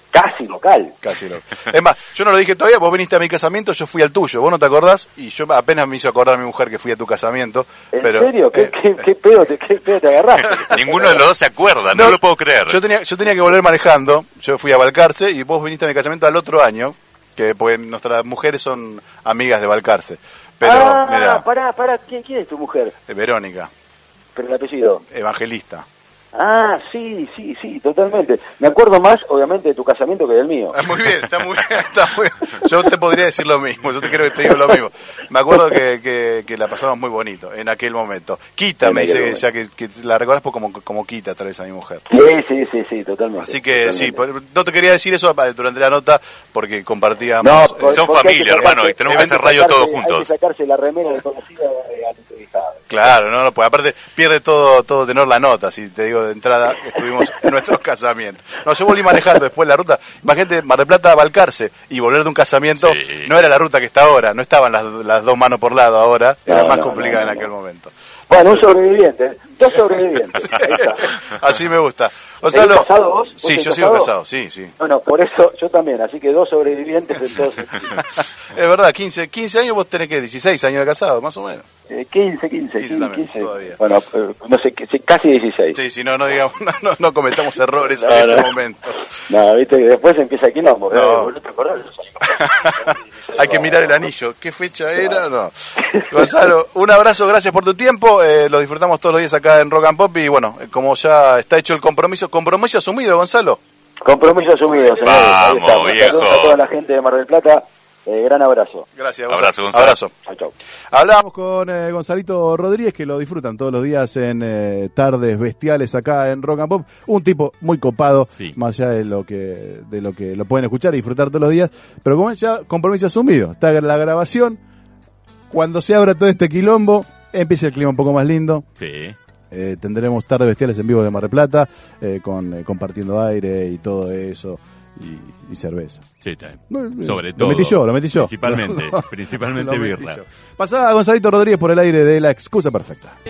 [SPEAKER 3] casi local.
[SPEAKER 2] Casi local. Es más, yo no lo dije todavía, vos viniste a mi casamiento, yo fui al tuyo, vos no te acordás, y yo apenas me hizo acordar a mi mujer que fui a tu casamiento.
[SPEAKER 3] ¿En
[SPEAKER 2] pero,
[SPEAKER 3] serio? ¿Qué pedo te agarraste?
[SPEAKER 4] Ninguno de los dos se acuerda, no lo puedo creer.
[SPEAKER 2] Yo tenía que volver manejando, yo fui a Balcarce y vos viniste a mi casamiento al otro año, que porque nuestras mujeres son amigas de Balcarce. Pero, mira,
[SPEAKER 3] pará, ¿quién es tu mujer?
[SPEAKER 2] Verónica,
[SPEAKER 3] Pero el apellido.
[SPEAKER 2] evangelista.
[SPEAKER 3] Ah, sí, totalmente. Me acuerdo más, obviamente, de tu casamiento que del mío.
[SPEAKER 2] Muy bien, está muy bien. Yo te podría decir lo mismo, yo te creo que te digo lo mismo. Me acuerdo que la pasamos muy bonito en aquel momento. Quita, me dice, ya que la recordás como Quita, tal vez a mi mujer.
[SPEAKER 3] Sí, totalmente.
[SPEAKER 2] Así que
[SPEAKER 3] totalmente.
[SPEAKER 2] sí, no te quería decir eso durante la nota porque compartíamos...
[SPEAKER 4] Son familia, hermano, y tenemos que hacer radio todos juntos.
[SPEAKER 3] Hay que sacarse la remera de conocida al entrevistado.
[SPEAKER 2] Claro, no, pues aparte pierde todo tenor la nota, si te digo de entrada, estuvimos en nuestros casamientos. No, yo volví manejando después la ruta, imagínate, Mar del Plata a Balcarce y volver de un casamiento,
[SPEAKER 4] Sí.
[SPEAKER 2] no era la ruta que está ahora, no estaban las dos manos por lado ahora, era más complicada en aquel momento.
[SPEAKER 3] Bueno, un sobreviviente, 2 sobrevivientes. Ahí está.
[SPEAKER 2] Así me gusta.
[SPEAKER 3] ¿Estás casado vos?
[SPEAKER 2] Sí,
[SPEAKER 3] ¿Vos
[SPEAKER 2] yo
[SPEAKER 3] estás
[SPEAKER 2] sigo
[SPEAKER 3] casado?
[SPEAKER 2] casado, sí.
[SPEAKER 3] Bueno, por eso yo también, así que 2 sobrevivientes entonces.
[SPEAKER 2] Es verdad, 15 años vos tenés que 16 años de casado, más o menos.
[SPEAKER 3] 15
[SPEAKER 2] también, todavía.
[SPEAKER 3] Bueno, no sé, casi 16.
[SPEAKER 2] Sí, si no digamos, no cometamos errores
[SPEAKER 3] No,
[SPEAKER 2] en este
[SPEAKER 3] no.
[SPEAKER 2] momento.
[SPEAKER 3] No, viste que después empieza el quilombo.
[SPEAKER 2] No.
[SPEAKER 3] ¿No te acordás?
[SPEAKER 2] Hay que mirar el anillo. ¿Qué fecha era? No. Gonzalo, un abrazo, gracias por tu tiempo. Lo disfrutamos todos los días acá en Rock and Pop y bueno, como ya está hecho el compromiso asumido, Gonzalo.
[SPEAKER 3] Compromiso asumido, señores. Ahí
[SPEAKER 4] Vamos,
[SPEAKER 3] estamos.
[SPEAKER 4] viejo.
[SPEAKER 3] Saludos a toda la gente de Mar del Plata. Gran abrazo.
[SPEAKER 2] Gracias,
[SPEAKER 4] Abrazo, Gonzalo.
[SPEAKER 2] Abrazo.
[SPEAKER 3] Chau.
[SPEAKER 2] Hablábamos con Gonzalito Rodríguez, que lo disfrutan todos los días en tardes bestiales acá en Rock and Pop. Un tipo muy copado,
[SPEAKER 4] Sí.
[SPEAKER 2] más allá de lo que lo pueden escuchar y disfrutar todos los días. Pero como ya compromiso asumido, está la grabación. Cuando se abra todo este quilombo, empieza el clima un poco más lindo.
[SPEAKER 4] Sí.
[SPEAKER 2] Tendremos tardes bestiales en vivo de Mar del Plata, compartiendo aire y todo eso. Y cerveza.
[SPEAKER 4] Sí,
[SPEAKER 2] No,
[SPEAKER 4] sobre
[SPEAKER 2] lo
[SPEAKER 4] todo.
[SPEAKER 2] metí yo.
[SPEAKER 4] Principalmente
[SPEAKER 2] Lo metí
[SPEAKER 4] birra.
[SPEAKER 2] yo. Pasaba Gonzalito Rodríguez por el aire de La Excusa Perfecta.